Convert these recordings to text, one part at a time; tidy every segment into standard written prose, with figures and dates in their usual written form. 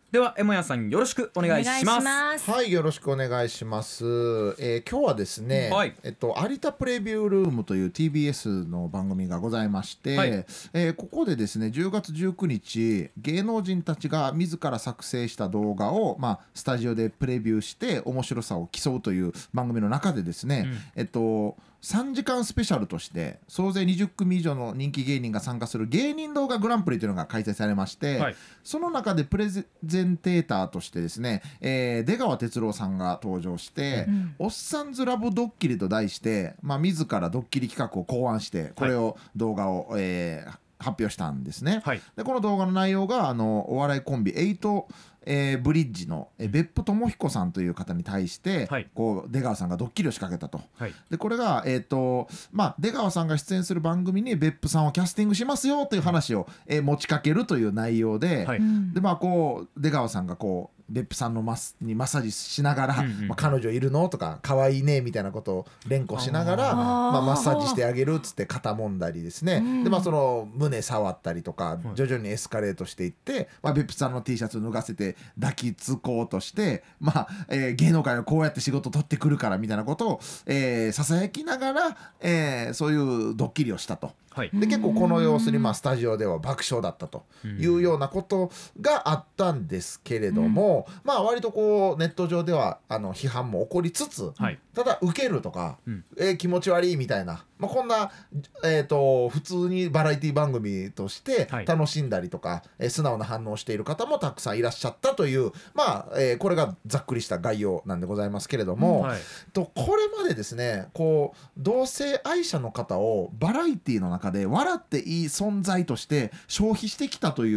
ではエモヤさんよろしくお願いします。 はい、よろしくお願いします。今日はですね、 はい、 有田プレビュールームという TBS の番組がございまして、 はい、 ここでですね10月19日芸能人たちが自ら作成した動画を、スタジオでプレビューして面白さを競うという番組の中でですね、3時間スペシャルとして総勢20組以上の人気芸人が参加する芸人動画グランプリというのが開催されまして、 はい、 その中でプレゼンテーターとしてですね、出川哲朗さんが登場して、おっさんずラブドッキリと題して、自らドッキリ企画を考案してこれを、動画を、発表したんですね。 はい、 でこの動画の内容がお笑いコンビブリッジの別府智彦さんという方に対して、 はい、 こう出川さんがドッキリを仕掛けたと。 はい、でこれが、出川さんが出演する番組に別府さんをキャスティングしますよという話を、持ちかけるという内容で、 はい、 でこう出川さんがこう別府さんのにマッサージしながら、彼女いるのとか可愛いねみたいなことを連呼しながらマッサージしてあげるっつって肩もんだりですね、でその胸触ったりとか徐々にエスカレートしていって、別府さんの T シャツ脱がせて抱きつこうとして、芸能界はこうやって仕事取ってくるからみたいなことを、ささやきながら、そういうドッキリをしたと。で結構この様子にスタジオでは爆笑だったというようなことがあったんですけれども、割とこうネット上では批判も起こりつつ、ただ受けるとか、気持ち悪いみたいな、こんな、普通にバラエティ番組として楽しんだりとか、素直な反応をしている方もたくさんいらっしゃったという、これがざっくりした概要なんでございますけれども、これまでですねこう同性愛者の方をバラエティの中で笑っていい存在として消費してきたという、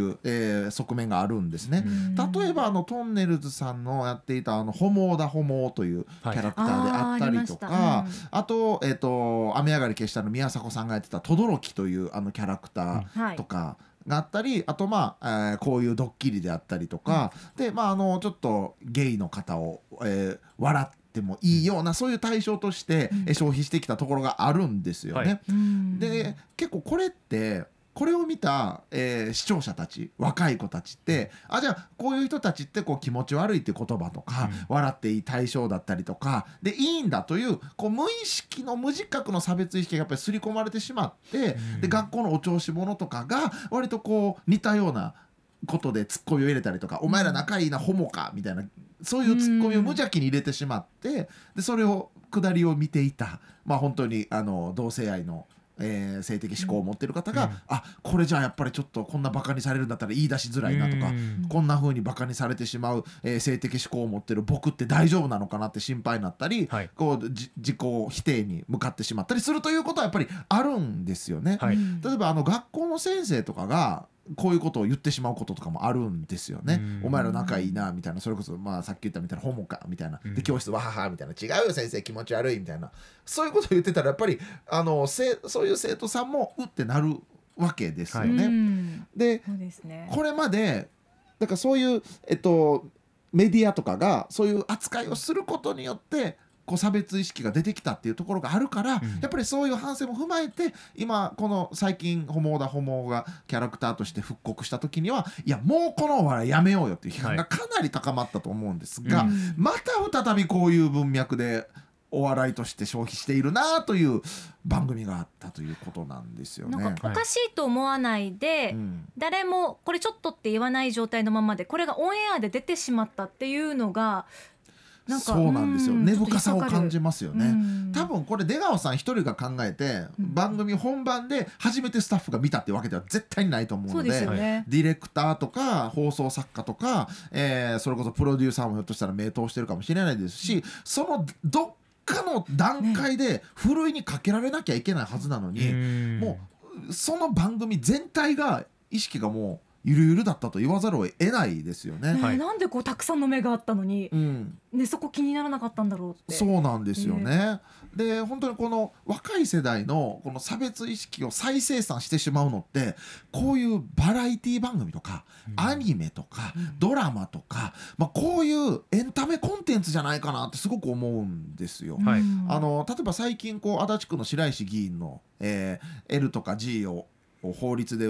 側面があるんですね。例えばトンネルズさんのやっていたホモだホモというキャラクターであったりとか、あと雨上がり消したの宮迫さんがやってた轟というキャラクターとか、があったり、あとこういうドッキリであったりとか、でちょっとゲイの方を、笑ってもいいようなそういう対象として、消費してきたところがあるんですよね。で結構これってこれを見た、視聴者たち若い子たちってじゃあこういう人たちってこう気持ち悪いっていう言葉とか、笑っていい対象だったりとかでいいんだという、こう無意識の無自覚の差別意識がやっぱり刷り込まれてしまって、で学校のお調子者とかが割とこう似たようなことでツッコミを入れたりとか、お前ら仲いいなホモかみたいな、そういうツッコミを無邪気に入れてしまって、でそれを下りを見ていた、本当に同性愛の性的思考を持っている方が、これじゃあやっぱりちょっとこんなバカにされるんだったら言い出しづらいなとか、こんな風にバカにされてしまう、性的思考を持っている僕って大丈夫なのかなって心配になったり、こう自己否定に向かってしまったりするということはやっぱりあるんですよね。例えば学校の先生とかがこういうことを言ってしまうこととかもあるんですよね。お前ら仲いいなみたいな、それこそさっき言ったみたいなホモかみたいな、で教室わははみたいな、違うよ先生気持ち悪いみたいな、そういうことを言ってたらやっぱりそういう生徒さんもうってなるわけですよね。でこれまでだからそういう、メディアとかがそういう扱いをすることによってこう差別意識が出てきたっていうところがあるから、やっぱりそういう反省も踏まえて今この最近ホモがキャラクターとして復刻した時には、いやもうこのお笑いやめようよっていう批判がかなり高まったと思うんですが、また再びこういう文脈でお笑いとして消費しているなという番組があったということなんですよね。 なんかおかしいと思わないで、誰もこれちょっとって言わない状態のままでこれがオンエアで出てしまったっていうのがそうなんですよ。根深さを感じますよね。多分これ出川さん一人が考えて、番組本番で初めてスタッフが見たってわけでは絶対にないと思うので、ディレクターとか放送作家とか、それこそプロデューサーもひょっとしたら名通してるかもしれないですし、そのどっかの段階でふるいにかけられなきゃいけないはずなのに、もうその番組全体が意識がもうゆるゆるだったと言わざるを得ないですよね。 なんでこうたくさんの目があったのに、そこ気にならなかったんだろうって。 そうなんですよね。で本当にこの若い世代のこの差別意識を再生産してしまうのって、こういうバラエティ番組とか、アニメとか、ドラマとか、こういうエンタメコンテンツじゃないかなってすごく思うんですよ。例えば最近足立区の白石議員の、L とか G を法律で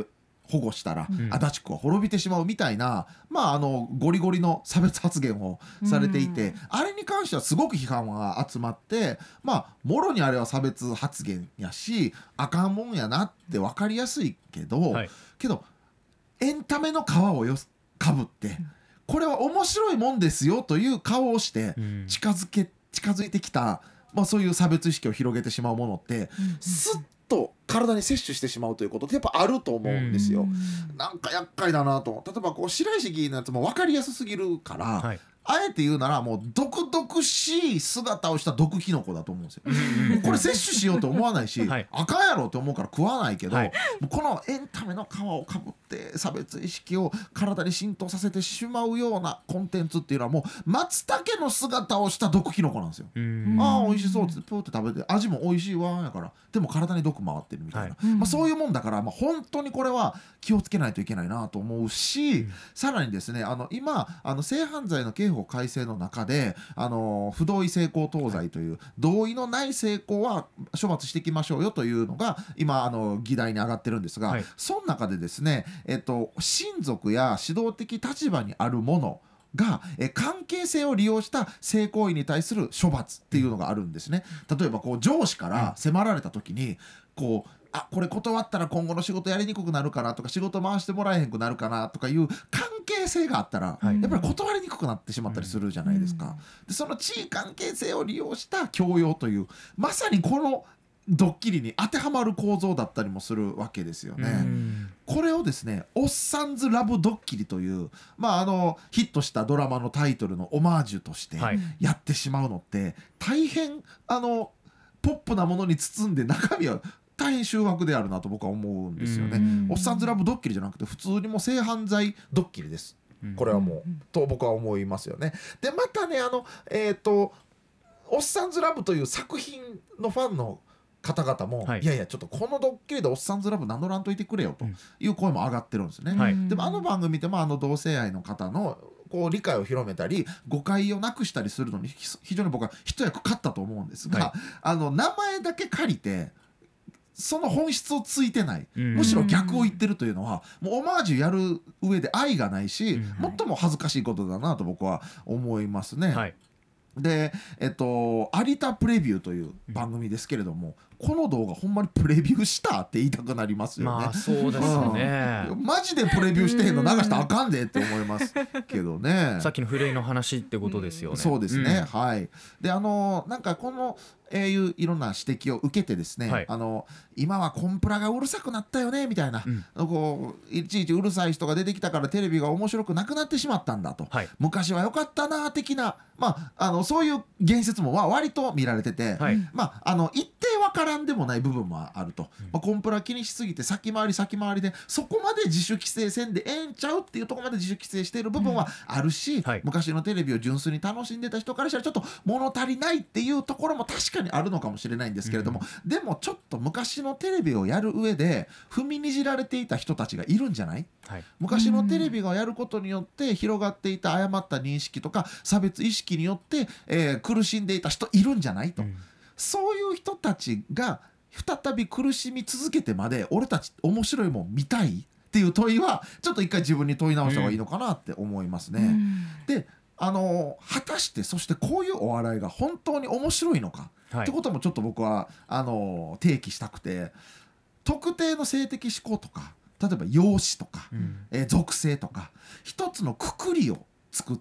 保護したら、 うん足立区は滅びてしまうみたいな、ゴリゴリの差別発言をされていて、あれに関してはすごく批判が集まって、もろにあれは差別発言やしあかんもんやなって分かりやすいけど、けどエンタメの皮をかぶって、これは面白いもんですよという顔をして近づいてきた、そういう差別意識を広げてしまうものって、スッと体に摂取してしまうということってやっぱあると思うんですよ。なんか厄介だなと。例えば白石議員のやつも分かりやすすぎるから、あえて言うならもう毒々しい姿をした毒キノコだと思うんですよ。これ摂取しようと思わないし、あかんやろって思うから食わないけど、もうこのエンタメの皮をかぶって差別意識を体に浸透させてしまうようなコンテンツっていうのはもう松茸の姿をした毒キノコなんですよ。ああ美味しそうってプーって食べて味も美味しいわやから、でも体に毒回ってるみたいな、そういうもんだから、本当にこれは気をつけないといけないなと思うし、さらにですね今性犯罪の刑法改正の中で不同意性交等罪という、同意のない性交は処罰していきましょうよというのが今議題に上がってるんですが、その中でですね、親族や指導的立場にあるものが関係性を利用した性行為に対する処罰っていうのがあるんですね。例えば上司から迫られた時にこれ断ったら今後の仕事やりにくくなるかなとか、仕事回してもらえへんくなるかなとかいう関係性があったら、やっぱり断りにくくなってしまったりするじゃないですか。でその地位関係性を利用した強要という、まさにこのドッキリに当てはまる構造だったりもするわけですよね。これをですねおっさんずラブドッキリという、ヒットしたドラマのタイトルのオマージュとしてやってしまうのって、大変ポップなものに包んで中身は大変醜悪であるなと僕は思うんですよね。おっさんずラブドッキリじゃなくて普通にもう性犯罪ドッキリです、これはもうと僕は思いますよね。でまたねおっさんずラブという作品のファンの方々も、いやいやちょっとこのドッキリでおっさんずラブ名乗らんといてくれよという声も上がってるんですね。でも番組でも同性愛の方の理解を広めたり誤解をなくしたりするのに非常に僕は一役買ったと思うんですが、名前だけ借りてその本質をついてない、むしろ逆を言ってるというのはもうオマージュやる上で愛がないし、最も恥ずかしいことだなと僕は思いますね。で有田プレビューという番組ですけれども、この動画ほんまにプレビューしたって言いたくなりますよね。 そうですよね、 マジでプレビューしてへんの流したらあかんでって思いますけどねさっきのふるいの話ってことですよね。 そうですね、でなんかこのいういろんな指摘を受けてですね、今はコンプラがうるさくなったよねみたいな、いちいちうるさい人が出てきたからテレビが面白くなくなってしまったんだと、昔は良かったな的な、そういう言説も割と見られてて、一定わからんでもない部分もあると、コンプラ気にしすぎて先回りでそこまで自主規制せんでええんちゃうっていうところまで自主規制している部分はあるし、昔のテレビを純粋に楽しんでた人からしたらちょっと物足りないっていうところも確かにあるのかもしれないんですけれども、でもちょっと昔のテレビをやる上で踏みにじられていた人たちがいるんじゃない？昔のテレビがやることによって広がっていた誤った認識とか差別意識によって、苦しんでいた人いるんじゃないと、そういう人たちが再び苦しみ続けてまで俺たち面白いもん見たいっていう問いはちょっと一回自分に問い直した方がいいのかなって思いますね。で果たしてそしてこういうお笑いが本当に面白いのか、ってこともちょっと僕は提起したくて、特定の性的指向とか例えば容姿とか、属性とか一つのくくりを作って、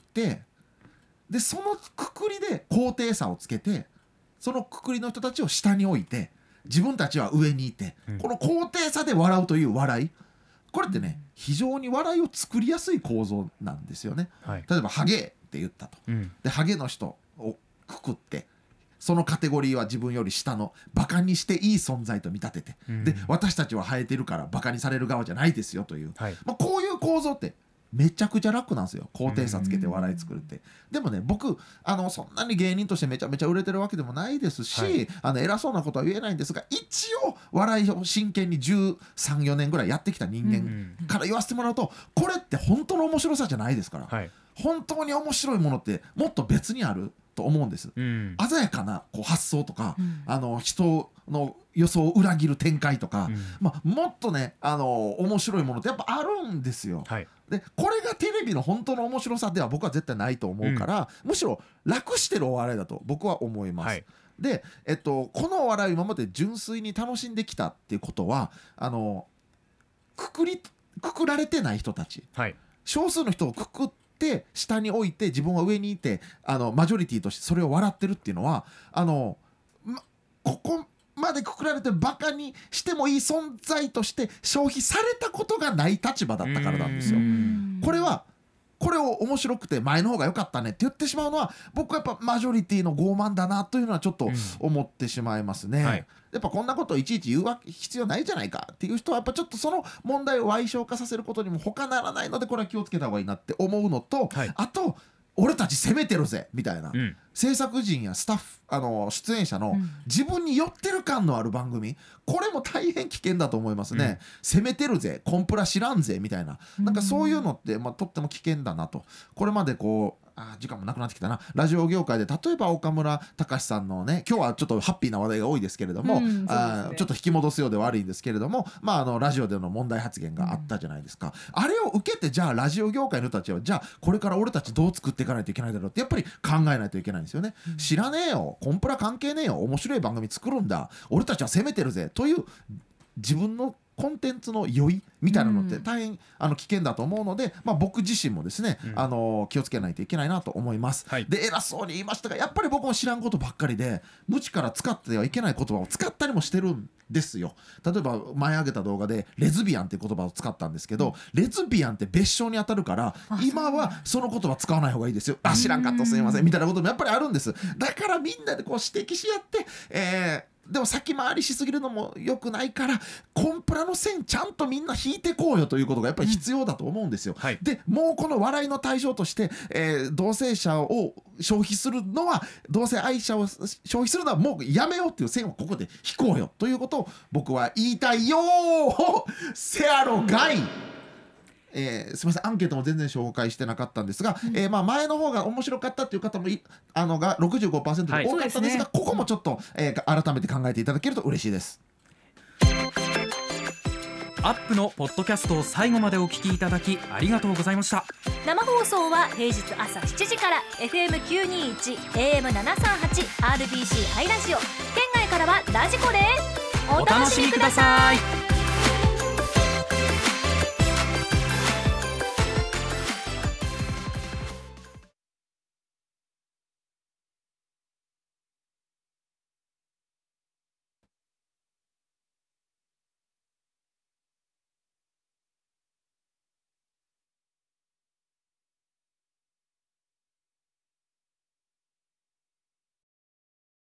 でそのくくりで高低差をつけてそのくくりの人たちを下に置いて自分たちは上にいて、この高低差で笑うという笑い、これってね非常に笑いを作りやすい構造なんですよね。例えばハゲって言ったと、でハゲの人をくくってそのカテゴリーは自分より下のバカにしていい存在と見立てて、で私たちは生えてるからバカにされる側じゃないですよという、こういう構造ってめちゃくちゃ楽なんですよ、高低差つけて笑い作るって。でもね僕そんなに芸人としてめちゃめちゃ売れてるわけでもないですし、偉そうなことは言えないんですが、一応笑いを真剣に13、14年ぐらいやってきた人間から言わせてもらうと、これって本当の面白さじゃないですから、 本当に面白いものってもっと別にあると思うんです、鮮やかなこう発想とか、人の予想を裏切る展開とか、もっとね、面白いものってやっぱあるんですよ、 はい、 でこれがテレビの本当の面白さでは僕は絶対ないと思うから、むしろ楽してるお笑いだと僕は思います、はい、で、このお笑いを今まで純粋に楽しんできたっていうことはくくられてない人たち、はい、少数の人をくくって下に置いて自分は上にいてマジョリティとしてそれを笑ってるっていうのはここまでくくられてバカにしてもいい存在として消費されたことがない立場だったからなんですよ。これを面白くて前の方が良かったねって言ってしまうのは僕はやっぱマジョリティの傲慢だなというのはちょっと思ってしまいますね、はい、やっぱこんなことをいちいち言う必要ないじゃないかっていう人はやっぱちょっとその問題を歪償化させることにも他ならないのでこれは気をつけた方がいいなって思うのと、はい、あと俺たち攻めてるぜみたいな、制作陣やスタッフ出演者の自分に寄ってる感のある番組、これも大変危険だと思いますね、攻めてるぜコンプラ知らんぜみたいな、なんかそういうのって、とっても危険だなと。これまでこう時間もなくなってきたな。ラジオ業界で例えば岡村隆史さんのね、今日はちょっとハッピーな話題が多いですけれども、ちょっと引き戻すようで悪いんですけれども、ラジオでの問題発言があったじゃないですか、あれを受けてじゃあラジオ業界の人たちはじゃあこれから俺たちどう作っていかないといけないだろうってやっぱり考えないといけないんですよね、知らねえよコンプラ関係ねえよ面白い番組作るんだ俺たちは攻めてるぜという自分のコンテンツの酔いみたいなのって大変危険だと思うので、僕自身もですね、気をつけないといけないなと思います、はい、で偉そうに言いましたがやっぱり僕も知らんことばっかりで無知から使ってはいけない言葉を使ったりもしてるんですよ。例えば前上げた動画でレズビアンっていう言葉を使ったんですけど、レズビアンって別称に当たるから今はその言葉使わない方がいいですよ、知らんかったすいませんみたいなこともやっぱりあるんです。だからみんなでこう指摘し合って、でも先回りしすぎるのも良くないからコンプラの線ちゃんとみんな引いてこうよということがやっぱり必要だと思うんですよ、はい、でもうこの笑いの対象として、同性者を消費するのは同性愛者を消費するのはもうやめようっていう線をここで引こうよということを僕は言いたいよせやろがい。すみませんアンケートも全然紹介してなかったんですが、前の方が面白かったっていう方もが 65% で多かったんですが、ここもちょっと、改めて考えていただけると嬉しいです。 アップのポッドキャストを最後までお聞きいただきありがとうございました。 生放送は平日朝7時から FM921 AM738 RBC ハイラジオ、県外からはラジコです。 お楽しみください。